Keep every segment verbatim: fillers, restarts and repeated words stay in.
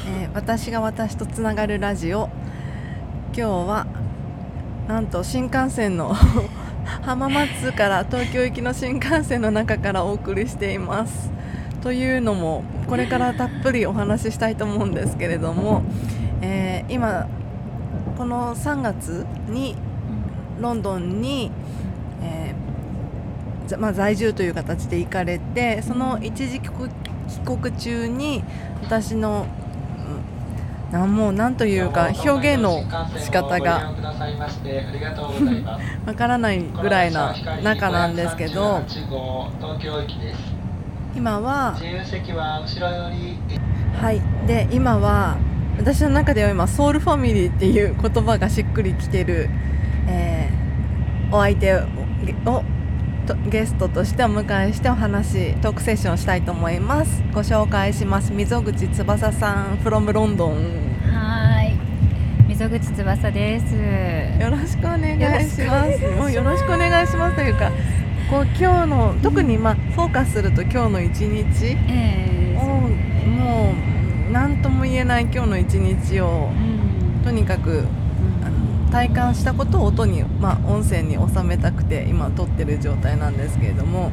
えー私が私とつながるラジオ。今日はなんと新幹線の浜松から東京行きの新幹線の中からお送りしています。というのもこれからたっぷりお話ししたいと思うんですけれども、えー今このさんがつにロンドンに、えーざまあ、在住という形で行かれて、その一時帰国帰国中に私のうんなんもうなんというか表現の仕方がわからないぐらいな中なんですけど、今ははいで今は私の中では今ソウルファミリーっていう言葉がしっくりきてる、えーお相手ををとゲストとしてお迎えしてお話トークセッションをしたいと思います。ご紹介します。溝口翼さん from ロンドン。 はい、溝口翼です。 よろしくお願いします。もうよろしくお願いしますというか、こう今日の特にまあフォーカスすると今日の一日えーをもう何とも言えない今日の一日をうんとにかくあの体感したことを音に、まあ、音声に収めたくて今撮ってる状態なんですけれども、 はい、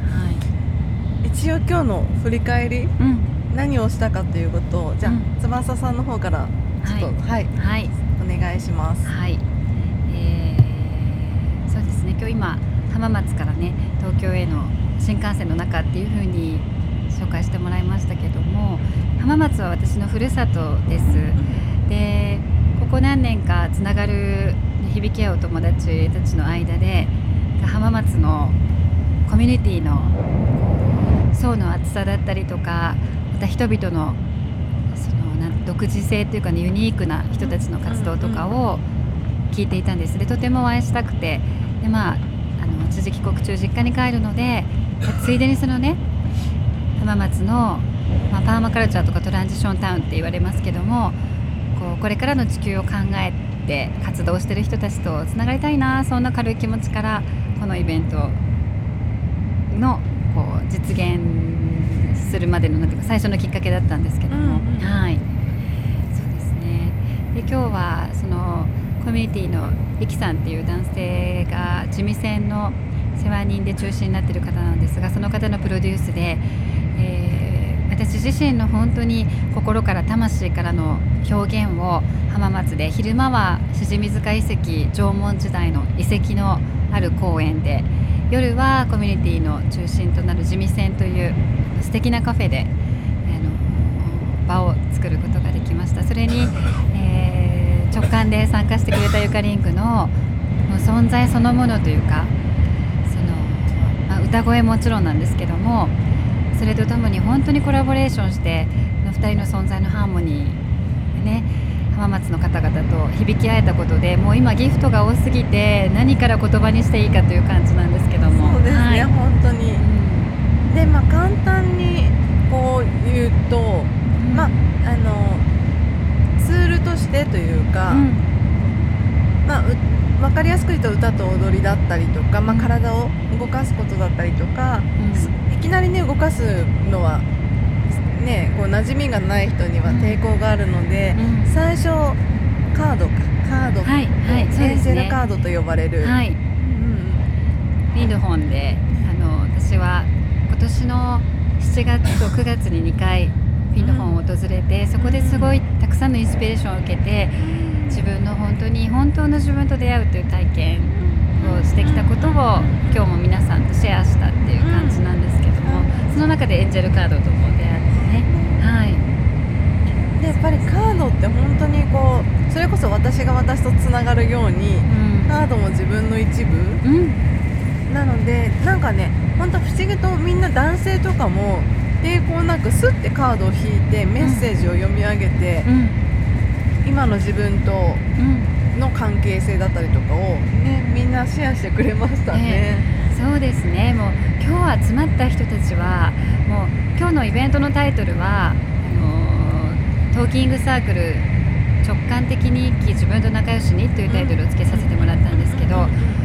一応今日の振り返りうん何をしたかということをじゃあ、 うん翼さんの方からちょっとはい、 はいお願いします。 はい、えーそうですね。今日今浜松からね東京への新幹線の中っていう風に紹介してもらいましたけども、浜松は私のふるさとです。で、ここ何年かつながる響き合うお友達たちの間で浜松のコミュニティの層の厚さだったりとか、また人々のそのなん独自性というか、ね、ユニークな人たちの活動とかを聞いていたんです。で、とてもお会いしたくて、で、まあ、あの一時帰国中実家に帰るので、ついでにそのね浜松の、まあ、パーマカルチャーとかトランジションタウンって言われますけども、こうこれからの地球を考えて活動してる人たちとつながりたいな、そんな軽い気持ちからこのイベントのこう実現するまでのなんていうか最初のきっかけだったんですけども、 うんうんはい、そうですね。で、今日はそのコミュニティのリキさんっていう男性が地味線の世話人で中心になっている方なんですが、その方のプロデュースで、えー私自身の本当に心から魂からの表現を浜松で、昼間はしじみ塚遺跡縄文時代の遺跡のある公園で、夜はコミュニティの中心となる地味線という素敵なカフェであの場を作ることができました。それに、えー直感で参加してくれたゆかりんぐのもう存在そのものというか、その、まあ、歌声もちろんなんですけども、それとともに本当にコラボレーションしてふたりの存在のハーモニーでね、浜松の方々と響き合えたことで、もう今ギフトが多すぎて何から言葉にしていいかという感じなんですけども。 そうですね、 はい、 本当に。 うんで、まあ簡単にこう言うと、まああのツールとしてというか、 うんまあ、う分かりやすく言うと歌と踊りだったりとか、まあ、体を動かすことだったりとか、 うんすいきなりね動かすのはねこう馴染みがない人には抵抗があるので、 うん最初カードかカード、 はいはいそうエンジですねェルカードと呼ばれる、 はい、 うんリンドホンで、あの私は今年のしちがつとくがつににかいフィンドホンを訪れて、そこですごいたくさんのインスピレーションを受けて、自分の本当に本当の自分と出会うという体験をしてきたことを今日も皆さんとシェアしたっていう感じなんですけども、その中でエンジェルカードとも出会ってね、はい、 うん、でやっぱりカードって本当にこうそれこそ私が私とつながるように、 うんカードも自分の一部うんなので、なんかね本当不思議とみんな男性とかも抵抗なくスッてカードを引いてメッセージを読み上げて、 うん今の自分とうんの関係性だったりとかをねみんなシェアしてくれましたね。 そうですね。もう今日集まった人たちはもう今日のイベントのタイトルはあのートーキングサークル直感的に生き自分と仲良しにというタイトルをつけさせてもらったんですけど、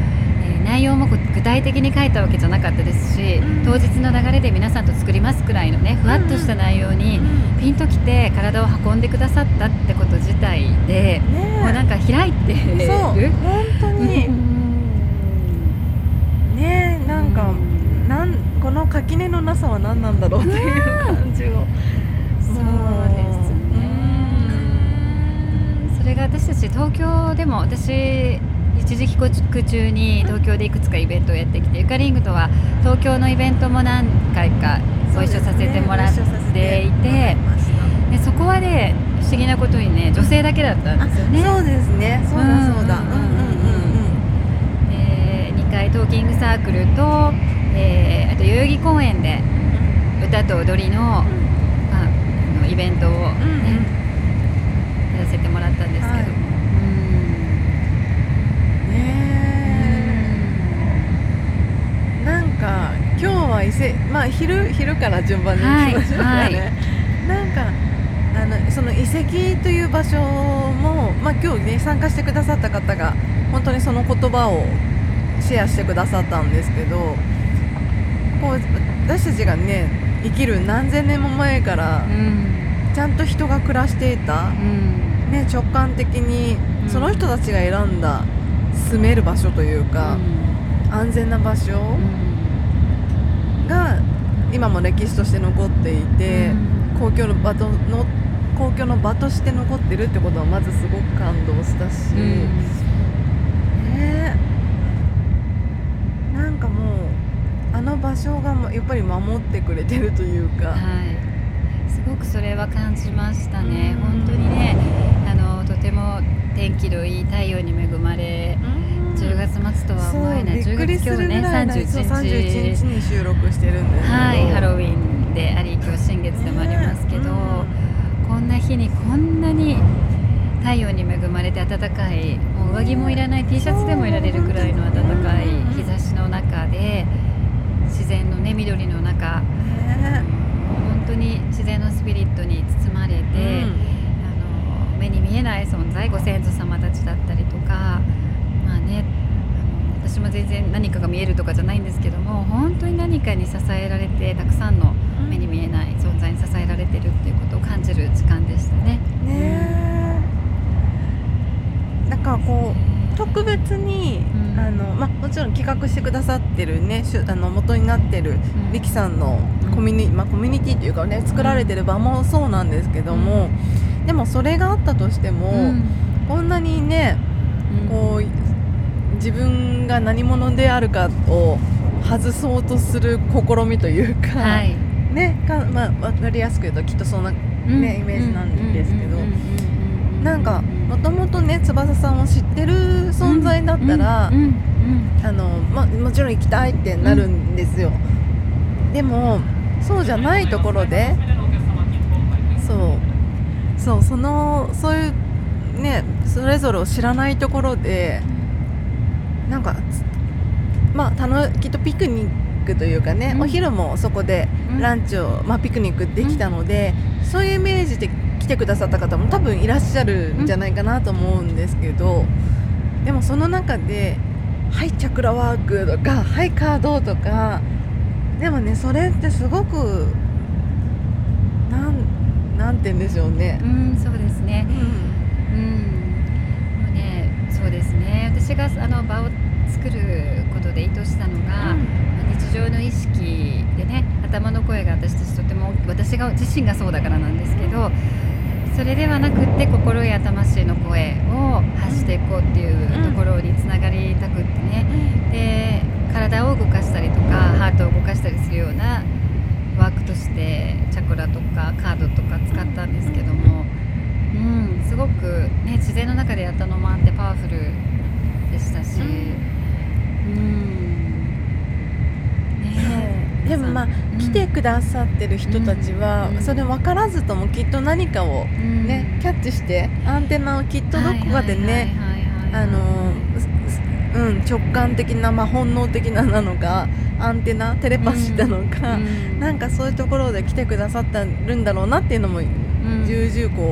えー内容も具体的に書いたわけじゃなかったですし、 うん当日の流れで皆さんと作りますくらいのねふわっとした内容にうんピンときて体を運んでくださったってこと自体で、 ねもうなんか開いてる。 そう本当にねえなんかうんなんこの垣根のなさは何なんだろうっていう感じをそうですね。それが私たち東京でも私一時帰国中に東京でいくつかイベントをやってきて、ゆかりんぐとは東京のイベントも何回かご一緒させてもらっていて、でそこはね不思議なことにね女性だけだったんですよね。 そうですねそうだそうだううんんうんうんでにかいトーキングサークルと、えーあと代々木公園で歌と踊りの,、まあ、あのイベントを、ねうんうんやらせてもらったんですけども、 はいねえなんか今日は伊勢まあ昼昼から順番に行きましょうかね、なんかあのその遺跡という場所も、まあ、今日ね参加してくださった方が本当にその言葉をシェアしてくださったんですけど、こう私たちがね生きる何千年も前からうんちゃんと人が暮らしていた、 うんね、直感的にうんその人たちが選んだ住める場所というか、安全な場所うんが今も歴史として残っていて、 うん公共の場との公共の場として残ってるってことはまずすごく感動したし、 うんねえなんかもうあの場所がもやっぱり守ってくれてるというか、 はい、すごくそれは感じましたね。 うん本当にねあのとても天気のいい太陽に恵まれ、じゅうがつ末とは思えない。 そうびっくりするぐらいじゅうがつ今日ねそうさんじゅういちにちさんじゅういちにちに収録してるんですけど、 はい、ハロウィンであり今日新月でもありますけど、 ねこんな日にこんなに太陽に恵まれて暖かい、もう上着もいらない T シャツでもいられるくらいの暖かい日差しの中で自然のね緑の中、 ね本当に自然のスピリットに包まれて、 うんあの目に見えない存在ご先祖様たちだったりとか、まあねあの私も全然何かが見えるとかじゃないんですけども、本当に何かに支えられてたくさんの目に見えない存在に支えられてるっていうことを感じる時間でしたね。 ねえなんかこう特別に、 うんあのまあ、もちろん企画してくださってるねしゅあの元になってるんリキさんのコミュニ,、まあ、コミュニティというかね作られてる場もそうなんですけども、でもそれがあったとしても、 うんこんなにねうんこう自分が何者であるかを外そうとする試みというか、 はいねかまあ、分かりやすく言うときっとそんな、ねイメージなんですけど、なんかもともとね翼さんを知ってる存在だったら、 うんうんうんあのま、もちろん行きたいってなるんですよ、でもそうじゃないところでそうそうそのそういうねそれぞれを知らないところでなんかつまあたのきっとピクニックというかね、 うんお昼もそこでうんランチを、まあ、ピクニックできたので、そういうイメージで来てくださった方も多分いらっしゃるんじゃないかなと思うんですけど、でもその中ではいチャクラワークとかはいカードとか、でもねそれってすごくなんなんて言うんでしょうねう、んそうですね。 うんうんもうねそうですね。私があの場を作ることで意図したのが、日常の意識でね頭の声が私たちとても私が自身がそうだからなんですけど、それではなくって心や魂の声を発していこうっていうところにつながりたくってね、で体を動かしたりとかハートを動かしたりするようなワークとしてチャクラとかカードとか使ったんですけども、うん、すごく、ね、自然の中でやったのもあってパワフルでしたし、うんねえでもまあ、 うん来てくださってる人たちは、 うんそれ分からずともきっと何かを、 うんねキャッチしてアンテナをきっとどこかでねああのうん、直感的な、まあ、本能的ななのかアンテナテレパシーなのか、なんかそういうところで来てくださってるんだろうなっていうのも重々こう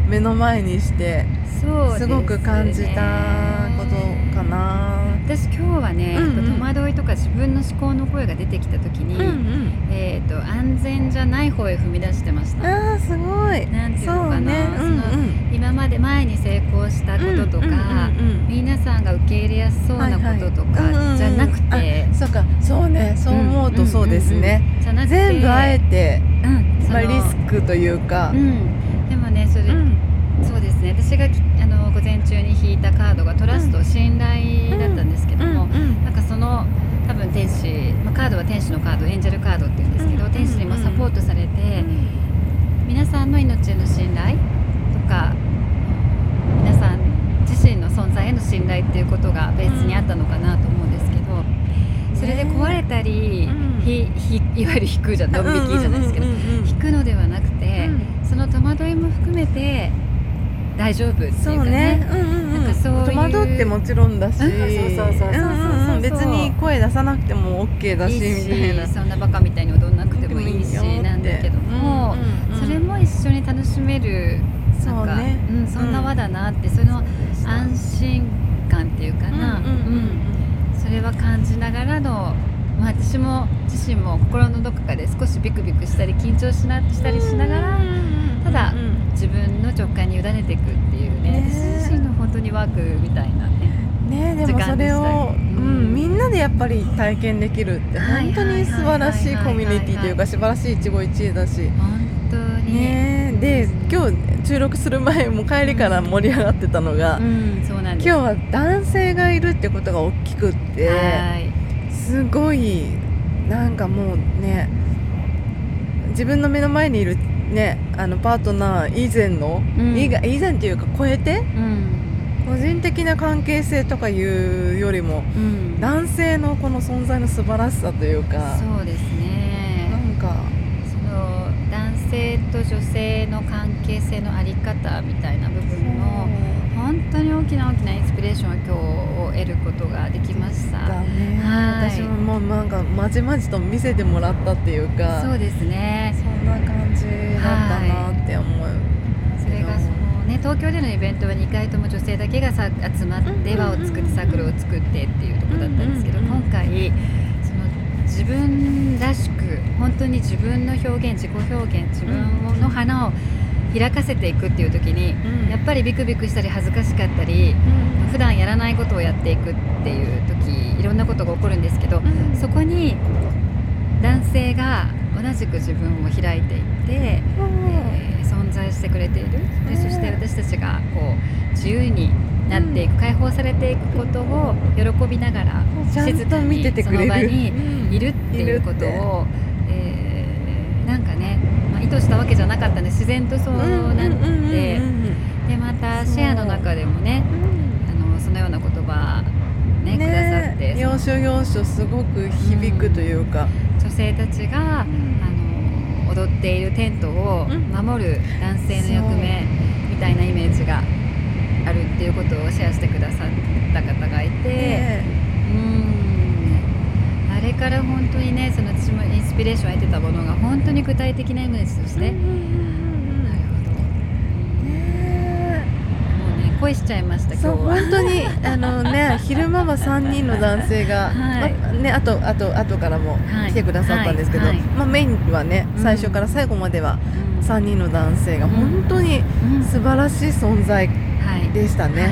目の前にしてそうですね、 すごく感じたことかな。 私今日はね、 うんうん戸惑いとか自分の思考の声が出てきた時に、 うんうんえー、と安全じゃない方へ踏み出してました。 あーすごい。 なんていうのかな、 そうね、うんうんその今まで前に成功したこととか、 うんうんうんうん皆さんが受け入れやすそうなこととかはいはいじゃなくて、 うんうんうんあそうか、そうね、そう思うとそうですね、 うんうんうんじゃなくて全部あえて、 うんそのまあ、リスクというか、 うん、でもねそれ、 うんそうですね、私がきあの午前中に引いたカードがトラスト、信頼だったんですけども、 うんうんなんかその多分天使、まあ、カードは天使のカード、エンジェルカードっていうんですけど、 うん天使にもサポートされて、皆さんの命への信頼とか皆さん自身の存在への信頼っていうことがベースにあったのかなと思うんですけど、それで壊れたり、 うんひひいわゆる引くじゃドン引きじゃないですけど、 うんうんうんうん引くのではなくて、その戸惑いも含めて大丈夫っていうかそうねね、うんうんうん、 なんかそういう戸惑ってもちろんだし、 うんそうそうそうそうそうそううんうん別に声出さなくても OK だしいいしみたいな、 そんなバカみたいに踊んなくてもいいしでもいいよってなんだけども、 うんうんうんそれも一緒に楽しめるなんかそうねうん、そんな輪だなって、その安心感っていうかな、 うんうんうんうんそれは感じながらの、まあ、私も自身も心のどこかで少しビクビクしたり緊張しなしたりしながら、ただうんうん自分の直感に委ねていくっていうね、 ね私自身の本当にワークみたいなねねでもそれを、 時間でしたうようんん、みんなでやっぱり体験できるってはい本当に素晴らしいコミュニティというか素晴らしい一期一会だし、 本当にねで今日収録する前も帰りから盛り上がってたのが、 うんそうなんです。 今日は男性がいるってことが大きくってはいすごいなんかもうね自分の目の前にいるねあのパートナー以前の、 うん以外以前っていうか超えてうん個人的な関係性とかいうよりもうん男性のこの存在の素晴らしさというかそうですなね。 んかその男性と女性の関係性のあり方みたいな部分の本当に大きな大きなインスピレーションを今日得ることができました。 だねはい私ももうなんかまじまじと見せてもらったっていうかそうですね。 そんな感じだったなって思う、 それがそのね東京でのイベントはにかいとも女性だけがさ集まって輪を作ってサークルを作ってっていうところだったんですけど、 うんうんうん今回その自分らしく本当に自分の表現自己表現自分の花を開かせていくっていう時に、 うんやっぱりビクビクしたり恥ずかしかったり、普段やらないことをやっていくっていう時いろんなことが起こるんですけど、 うんそこに男性が同じく自分を開いていって、えー存在してくれているで、そして私たちがこう自由になっていく、解放されていくことを喜びながらちゃんと静か見てにそてくれるの場にいるっていうことを、えーなんかね、まあ、意図したわけじゃなかったんで自然とそうなってでまたシェアの中でもねあのそのような言葉ねくださって要所要所すごく響くというか、 女性たちが、あの踊っているテントを守る男性の役目みたいなイメージがあるっていうことをシェアしてくださった方がいて、 ねうーんあれから本当にねその私もインスピレーションを得てたものが本当に具体的なイメージとして、 うんうんうんうんなるほど、 ねもうね恋しちゃいました今日そうは。 本当にあのね昼間はさんにんの男性が、 はいまね、あとあとあとからもはい来てくださったんですけど、 はいはいまあ、メインはねうん最初から最後まではうんさんにんの男性がうん本当にうん素晴らしい存在はいでしたね、 はい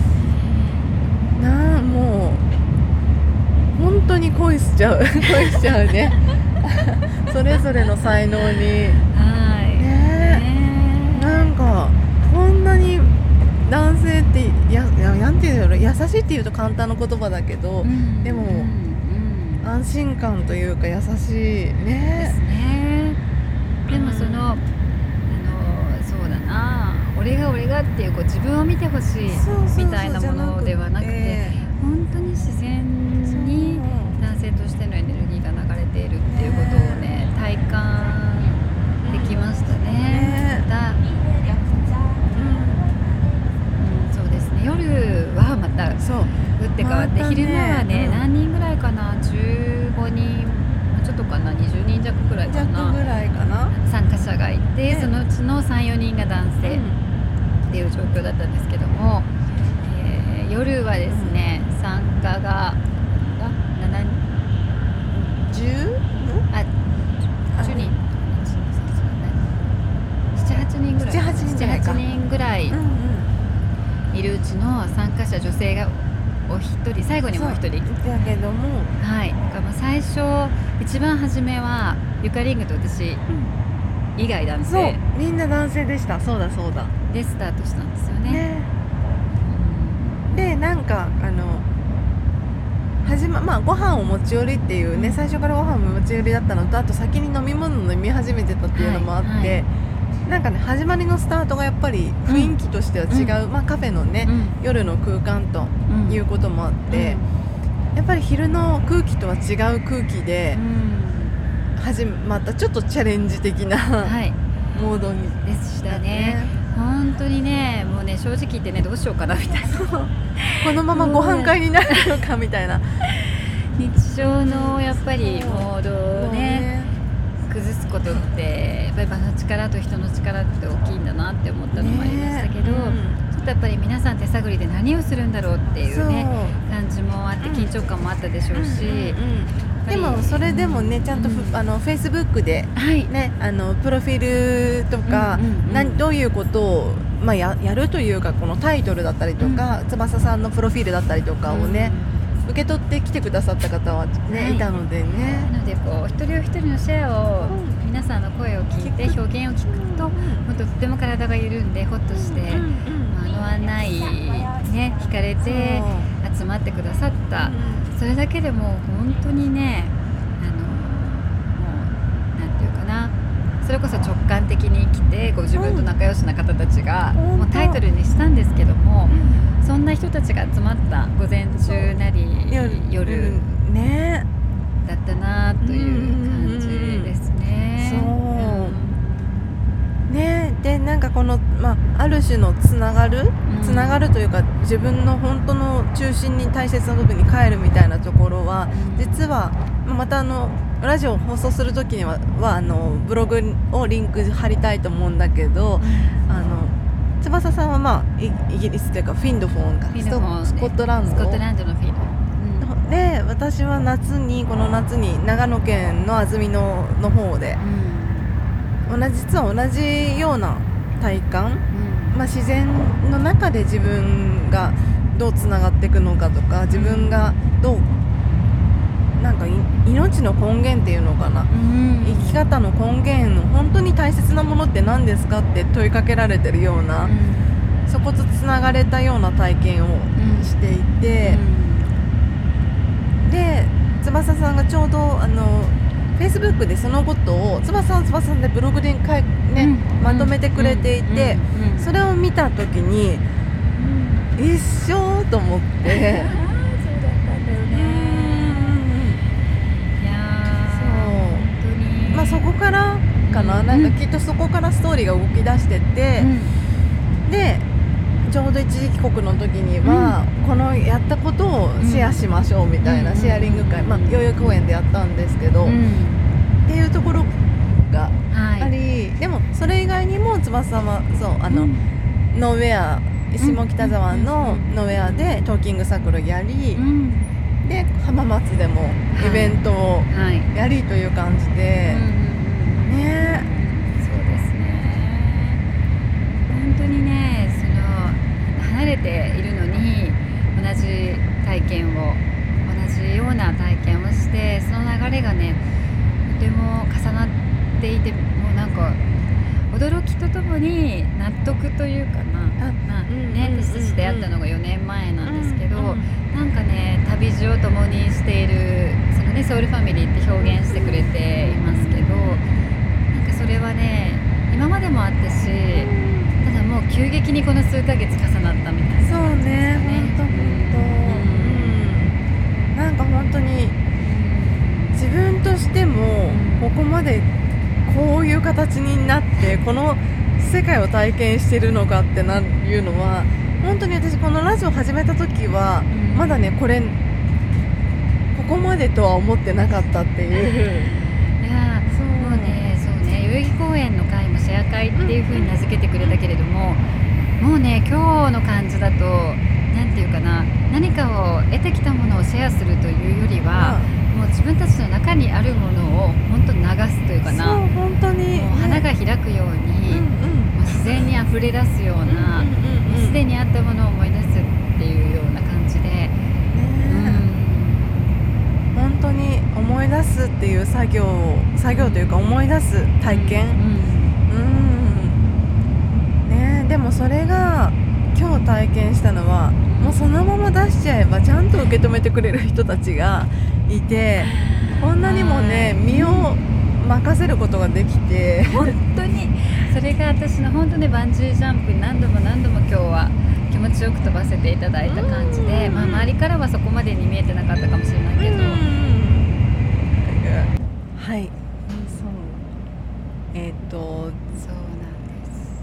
なあもう本当に恋しちゃう恋しちゃうねそれぞれの才能にはいねねなんかこんなに男性ってややなんていうんだろう優しいっていうと簡単な言葉だけど、 うんでもうんうん安心感というか優しいですね。 ね。でもその、あのそうだな俺が俺がっていうこう自分を見てほしいみたいなものではなくて本当に自然に男性としてのエネルギーが流れているっていうことをね体感できましたね。 ねまた、うん、そうですね夜はまたそう打って変わって、 またね昼間はね、 うん何人ぐらいかなじゅうごにんちょっとかなにじゅうにん弱くらいか弱なぐらいかな。 参加者がいて、 ねそのうちのさん、よにんが男性、 はですね、うん、参加があじゅうあじゅうにんななはちにんぐらいななはちにんぐらいかななはちにんぐらいいるうちの参加者女性がお一人、最後にもう一人だけども、 はい、だからもう最初一番初めはゆかりんぐと私以外男性、 そうみんな男性でした。そうだそうだでスタートしたんですよね。 ねでなんかあの始ままあご飯を持ち寄りっていうね、最初からご飯を持ち寄りだったのと、あと先に飲み物を飲み始めてたっていうのもあって、はいはい、なんかね始まりのスタートがやっぱり雰囲気としては違う、うん、まあカフェのね、うん、夜の空間ということもあって、うん、やっぱり昼の空気とは違う空気で始まったちょっとチャレンジ的な、はい、モードにでしたね。本当にね、もうね正直言ってねどうしようかなみたいなこのままご飯会になるのかみたいな日常のやっぱりモードをね崩すことってやっぱり場の力と人の力って大きいんだなって思ったのもありましたけど、ねうん、ちょっとやっぱり皆さん手探りで何をするんだろうっていうね感じもあって緊張感もあったでしょうし、うんうんうんでもそれでもねちゃんとフ、うん、あのフェイスブックで、はいね、あのプロフィールとか、うんうんうん、などういうことを、まあ、や, やるというかこのタイトルだったりとか、うん、翼さんのプロフィールだったりとかをね、うん、受け取ってきてくださった方は、ねはい、いたのでねなのでこう一人お一人のシェアを、うん、皆さんの声を聞いて表現を聞くと、うん、本当とても体が緩んでホッとして、うんうん、あの案内ね惹かれて集まってくださった、うんそれだけでも本当にねあのもうなんていうかなそれこそ直感的に生きてご自分と仲良しな方たちが、うん、もうタイトルにしたんですけども、うん、そんな人たちが集まった午前中なり夜、夜、うん、ねだったなという感じですね。 そう、うん、ねでなんかこの、まあ、ある種のつながるつながるというか自分の本当の中心に大切な部分に帰るみたいなところは実はまたあのラジオを放送する時には、はあのブログをリンク貼りたいと思うんだけど、あの翼さんは、まあ、イ, イギリスというかフィンドフォンがスコットランドスコットランドのフィンドフォン、うん、で私は夏にこの夏に長野県の安曇野の方で、うん、同じ実は同じような体感、うんまあ、自然の中で自分がどうつながっていくのかとか自分がどうなんか命の根源っていうのかな、うん、生き方の根源の本当に大切なものって何ですかって問いかけられてるような、うん、そことつながれたような体験をしていて、うん、で翼さんがちょうどあのフェイスブックでそのことを翼さんは翼さんでブログでかい、ねうん、まとめてくれていて、うんうん、それを見た時に、うん、一緒と思ってそうだったんだよね。いやそう本当に、 まあ、そこからかな、うん、なんかきっとそこからストーリーが動き出してって、うん、でちょうど一時帰国の時には、うん、このやったことをシェアしましょうみたいなシェアリング会、まあ、代々木公園でやったんですけど、うん、っていうところがあり、はい、でもそれ以外にも翼はそうあの、うん、ノーウェア下北沢のノーウェアでトーキングサークルやり、うん、で浜松でもイベントをやりという感じで、はいはい、ねそうですね本当にね離れているのに同じ体験を同じような体験をしてその流れがねとても重なっていてもうなんか驚きとともに納得というかな、まあね、私たち出会ったのがよねんまえなんですけど、うんうん、なんかね旅路を共にしているそのねソウルファミリーって表現してくれていますけどなんかそれはね今までもあったし、ただもう急激にこの数ヶ月重なったみたいな、ね、 そうね本当本当、うん、なんか本当に自分としてもここまでこういう形になってこの世界を体験してるのかってないうのは本当に私このラジオ始めた時はまだねこれここまでとは思ってなかったっていういやそうもうねそうね代々木公園の会もシェア会っていう風に名付けてくれたけれども、うん、もうね今日の感じだとなんていうかな、何かを得てきたものをシェアするというよりは、もう自分たちの中にあるものを本当に流すというかな、 そう本当に、 もう花が開くように、 うんうん、 もう自然にあふれ出すような、 うんうんうんうん、 もうすでにあったものを思い出すっていうような感じで、 ね、 うん、 本当に思い出すっていう作業作業というか思い出す体験、 うんうんね、でもそれが今日体験したのは、もうそのまま出しちゃえばちゃんと受け止めてくれる人たちがいて、こんなにもね、身を任せることができて、 本当にそれが私の本当にバンジージャンプに何度も何度も今日は気持ちよく飛ばせていただいた感じで、まあ、周りからはそこまでに見えてなかったかもしれないけど、 はい、そうえっ、ー、とそうなんです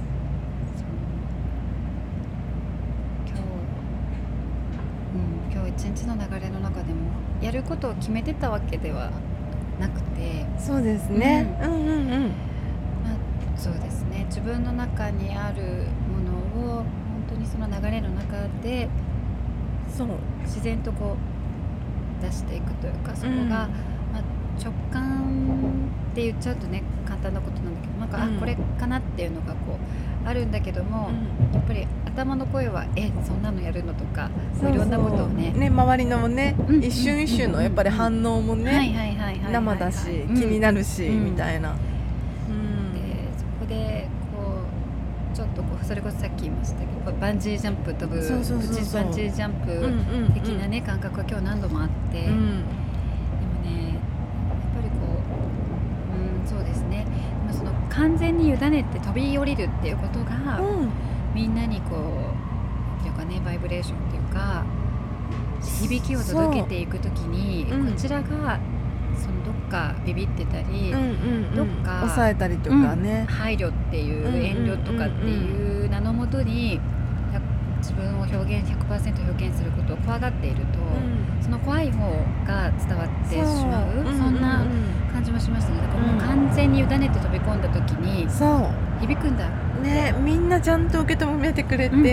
今日、うん、今日一日の流れの中でもやることを決めてたわけではなくて、 そうですね、うん、うんうんうん、 まあ、そうですね、自分の中にあるものを本当にその流れの中でそう自然とこう出していくというか、そこが、うん、まあ、直感って言っちゃうとね簡単なことなんだけど、なんか、うん、あこれかなっていうのがこうあるんだけども、うん、やっぱり頭の声はえそんなのやるのとか、そういろんなことをね、 ね、周りのね、うん、一瞬一瞬のやっぱり反応もね生だし気になるし、うん、みたいな、 うん、でそこでこうちょっとこうそれこそさっき言いましたけどバンジージャンプ飛ぶプチバンジージャンプ的なね感覚が今日何度もあって、うん、でもねやっぱりこう、うん、そうですね、その完全に委ねて飛び降りるっていうことが、うん、みんなにこうっていうかねバイブレーションっていうか響きを届けていくときに、こちらがそのどっかビビってたり、うんうんうん、どっか抑えたりとかね、 うん、配慮っていう、うん、遠慮とかっていう名のもとに自分を表現 ひゃくパーセント 表現することを怖がっていると、うん、その怖い方が伝わってしまう、 そ, そんな感じもしましたね。だからもう完全に委ねて飛び込んだ時に響くんだ、 ね、みんなちゃんと受け止めてくれて、うんうんうん、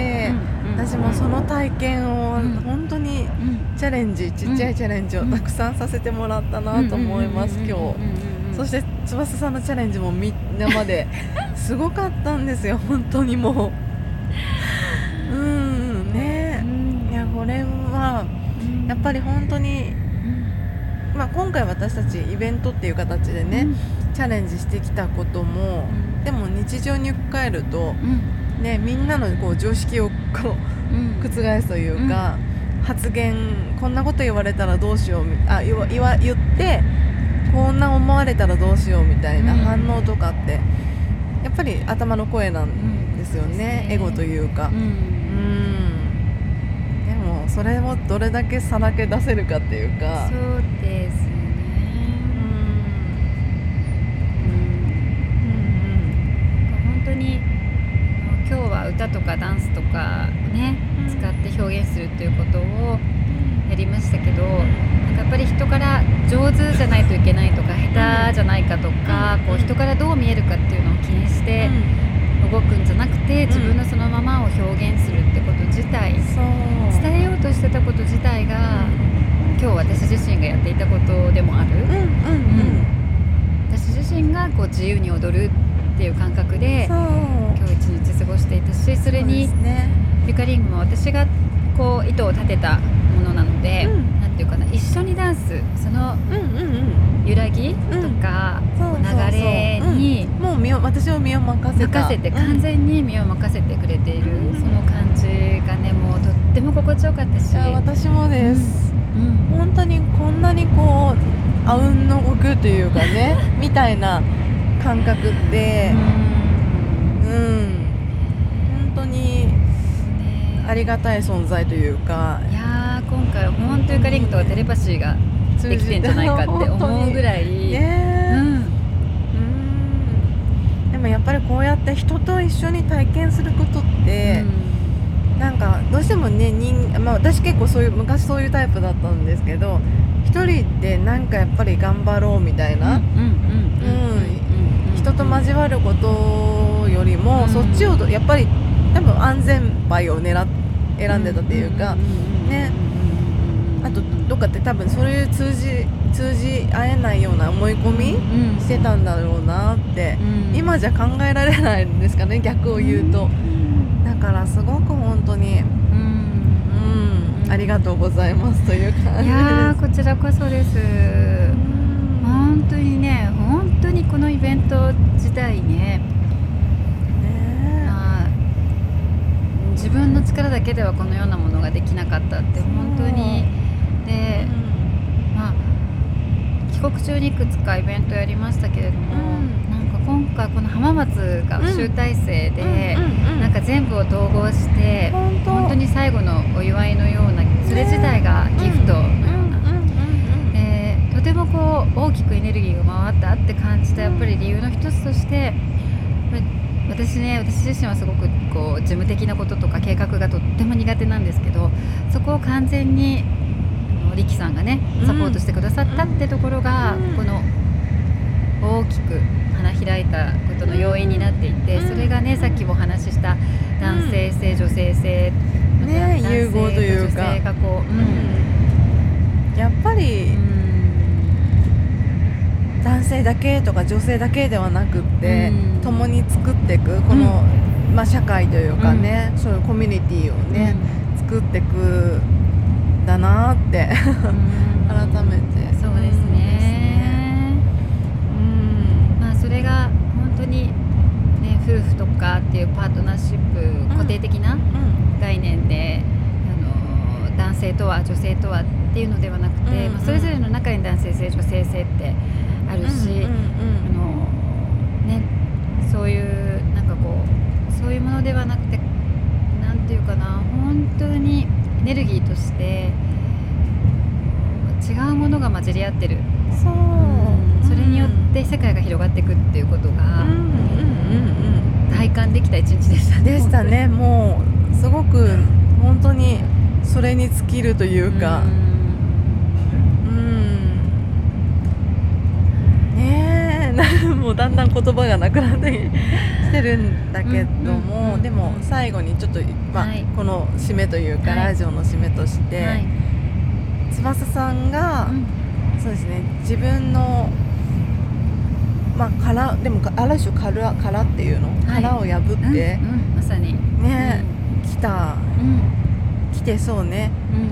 私もその体験を本当にチャレンジ、うん、ちっちゃいチャレンジをたくさんさせてもらったなと思います、今日。そして翼さんのチャレンジもみんなまですごかったんですよ、本当にもううんね、いやこれはやっぱり本当に、まあ、今回私たちイベントっていう形でね、チャレンジしてきたことも、でも日常に置き換えると、ね、みんなのこう常識をこう覆すというか、発言こんなこと言われたらどうしようあ言わ言わ言ってこんな思われたらどうしようみたいな反応とかってやっぱり頭の声なんですよね、エゴというか、うん、うん、でもそれをどれだけさらけ出せるかっていうか、 そうですね、うんうん、本当に今日は歌とかダンスとかね、うん、使って表現するっていうことをやりましたけど、なんかやっぱり人から上手じゃないといけないとか下手じゃないかとか、こう人からどう見えるかっていうのを気にして動くんじゃなくて、自分のそのままを表現するってこと自体、伝えようとしてたこと自体が今日私自身がやっていたことでもある、うんうんうん、私自身がこう自由に踊るっていう感覚で今日一日過ごしていたし、それにゆかりんも私がこう意図を立てたものなので、うん、なんていうかな、一緒にダンス、その揺らぎとか、うん、流れにもう身を私を身を任せた任せて完全に身を任せてくれている、うん、その感じがね、もうとっても心地よかったし、 私もです、うんうん、本当にこんなにこうあうんの呼吸というかねみたいな感覚って、うん、うん、本当にありがたい存在というか、 いやー今回は本当にゆかりんとはテレパシーができてんじゃないかって思うぐらい、ね、うんうん、でもやっぱりこうやって人と一緒に体験することって、うん、なんかどうしてもね、人、まあ、私結構そういう昔そういうタイプだったんですけど、一人でなんかやっぱり頑張ろうみたいな、人と交わることよりも、うん、そっちをやっぱり多分安全牌を狙っ選んでたっていうかね、あとどっかって多分そういう通じ通じ合えないような思い込みしてたんだろうなって、うん、今じゃ考えられないんですかね、逆を言うと、うん、だからすごく本当に、うんうん、ありがとうございますという感じです。いやこちらこそです、うん、本当にね、本当にこのイベント自体ね、自分の力だけではこのようなものができなかったって本当にで、うん、まあ帰国中にいくつかイベントやりましたけれども、うん、なんか今回この浜松が集大成で、うん、なんか全部を統合して本当、本当に最後のお祝いのような、それ自体がギフトのような、でとてもこう大きくエネルギーが回ったって感じたやっぱり理由の一つとして、私ね、私自身はすごくこう事務的なこととか計画がとっても苦手なんですけど、そこを完全にリキさんがねサポートしてくださったってところが、うん、この大きく花開いたことの要因になっていて、うん、それがねさっきもお話しした男性性、うん、女性性、 ね、融合というか、 女性がこう、うんうん、やっぱり、うん、男性だけとか女性だけではなくって、うん、共に作っていくこの、うんまあ、社会というかね、うん、そういうコミュニティをね、うん、作っていくんだなって、うん、改めてそうですね、うんまあ、それが本当に、ね、夫婦とかっていうパートナーシップ、うん、固定的な概念で、あの男性とは女性とはっていうのではなくて、うんまあ、それぞれの中に男性性女性性ってあるし、うんうんうん、あのね、そういうなんかこうそういうものではなくて、なんていうかな、本当にエネルギーとして違うものが混じり合ってる、 そう、うん、 それによって世界が広がっていくっていうことが、うんうんうんうん、体感できた一日でしたね。 でしたね。もうすごく本当にそれに尽きるというか、うんもうだんだん言葉がなくなってきてるんだけども、うんうん、でも最後にちょっと、まあはい、この締めというか、はい、ラジオの締めとして、はい、翼さんが、うん、そうですね、自分のまあ殻でもある種殻殻っていうの、はい、殻を破って、 うんうん、まさにね、うん、来た、うん、来てそうね、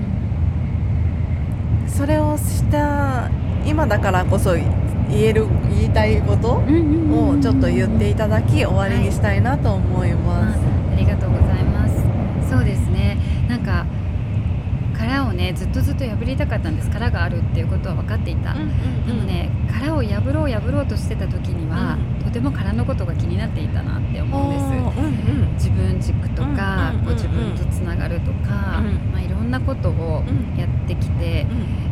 うん、それをした今だからこそ言える言いたいことをちょっと言っていただき終わりにしたいなと思います、 はい、あ, ありがとうございます。そうですね、なんか殻をねずっとずっと破りたかったんです。殻があるっていうことは分かっていた、うんうんうん、でもね殻を破ろう破ろうとしてた時には、うん、とても殻のことが気になっていたなって思うんです、うんうん、自分軸とか、うんうんうんうん、こう自分とつながるとか、うんまあ、いろんなことをやってきて、うん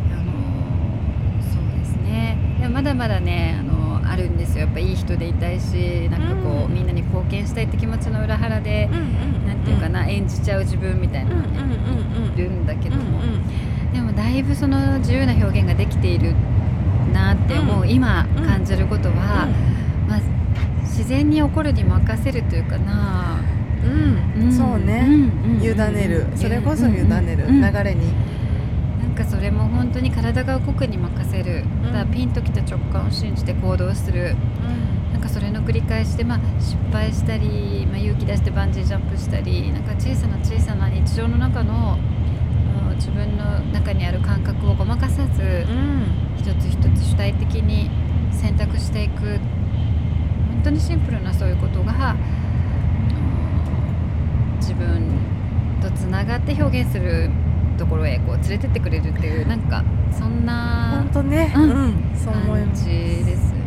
まだまだね あのあるんですよ。やっぱいい人でいたいし、なんかこう、うん、みんなに貢献したいって気持ちの裏腹で、うんうん、なんていうかな、演じちゃう自分みたいなのがね、うんうん、いるんだけども、うんうん、でもだいぶその自由な表現ができているなって思う、うん、今感じることは、うんまあ、自然に起こるに任せるというかな、 うんうん、そうね、うんうん、委ねる、それこそ委ねる、うんうん、流れになんかそれも本当に体が動くに任せる、うん、だからピンときた直感を信じて行動する、うん、なんかそれの繰り返しで、まあ、失敗したり、まあ、勇気出してバンジージャンプしたり、なんか小さな小さな日常の中の自分の中にある感覚をごまかさず、うん、一つ一つ主体的に選択していく、本当にシンプルなそういうことが自分とつながって表現するところへこう連れてってくれるっていう、なんかそんな本当ね、うんうん、そう思います感じですね。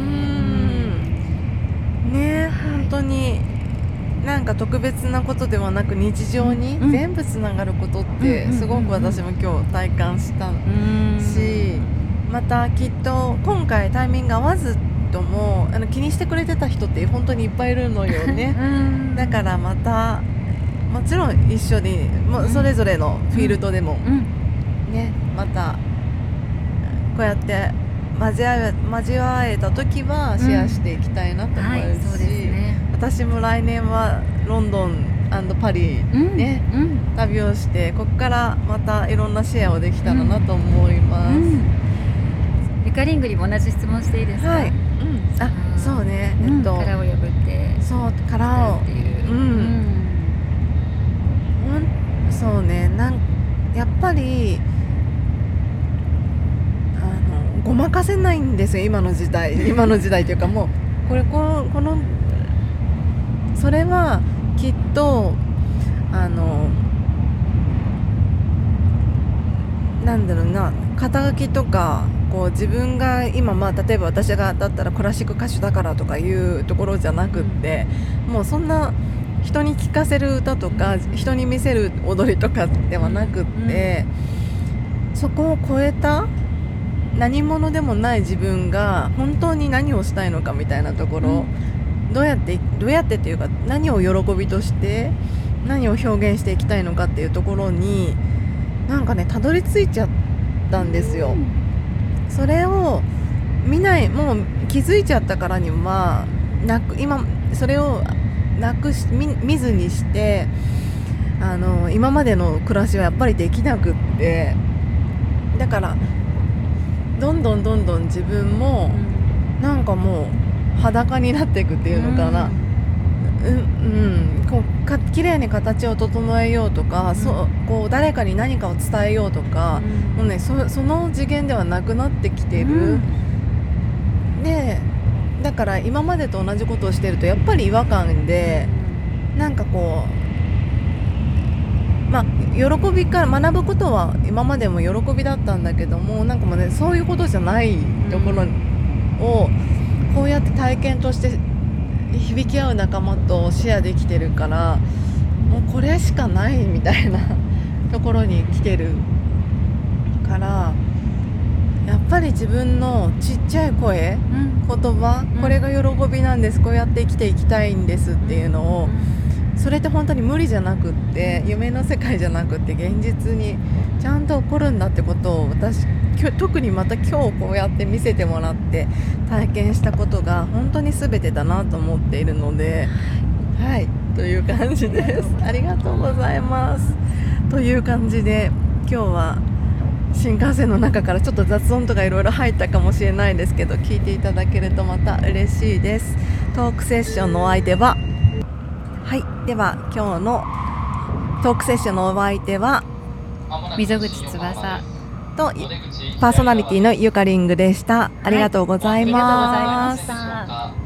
うんね、はい、本当になんか特別なことではなく日常に全部つながることってすごく私も今日体感したし、またきっと今回タイミング合わずともあの気にしてくれてた人って本当にいっぱいいるのよねだからまたもちろん一緒にもうそれぞれのフィールドでも、うんうん、ね、またこうやって交わ交わえた時はシェアしていきたいなと思うし、うんはい、そうですね、私も来年はロンドンパリね、 うんうん旅をして、ここからまたいろんなシェアをできたらなと思います。 うんゆかりんぐにも同じ質問していいですか？ はい、うん、あ、そうね、えっと、 うん殻を破ってそう殻をっていう、 うんほんそうね、なんやっぱりあのごまかせないんですよ、今の時代今の時代というか、もうこれこのこのそれはきっとあのなんだろうな、肩書きとかこう自分が今、まあ例えば私がだったらクラシック歌手だからとかいうところじゃなくって、もうそんな人に聴かせる歌とか人に見せる踊りとかではなくって、そこを超えた何者でもない自分が本当に何をしたいのかみたいなところ、どうやってどうやってっていうか、何を喜びとして何を表現していきたいのかっていうところになんかね、たどり着いちゃったんですよ。それを見ない、もう気づいちゃったからにはなく、今それをなくし 見, 見ずにしてあの今までの暮らしはやっぱりできなくって、だからどんどんどんどん自分もなんかもう裸になっていくっていうのかな、うんうん、こうか綺麗に形を整えようとか、うん、そうこう誰かに何かを伝えようとか、うんもうね、そ, その次元ではなくなってきてる、うん、でだから今までと同じことをしてるとやっぱり違和感で、なんかこうまあ喜びから学ぶことは今までも喜びだったんだけども、なんかもうね、そういうことじゃないところをこうやって体験として響き合う仲間とシェアできてるから、もうこれしかないみたいなところに来てるから、やっぱり自分のちっちゃい声、うん、言葉、うん、これが喜びなんです、こうやって生きていきたいんですっていうのを、うん、それって本当に無理じゃなくって、夢の世界じゃなくって現実にちゃんと起こるんだってことを、私特にまた今日こうやって見せてもらって体験したことが本当に全てだなと思っているので、はいという感じです。ありがとうございます。という感じで今日は新幹線の中からちょっと雑音とかいろいろ入ったかもしれないですけど、聞いていただけるとまた嬉しいです。トークセッションのお相手ははいでは今日のトークセッションのお相手は溝口翼とパーソナリティのゆかりんぐでした。ありがとうございます。 はい、ありがとうございました。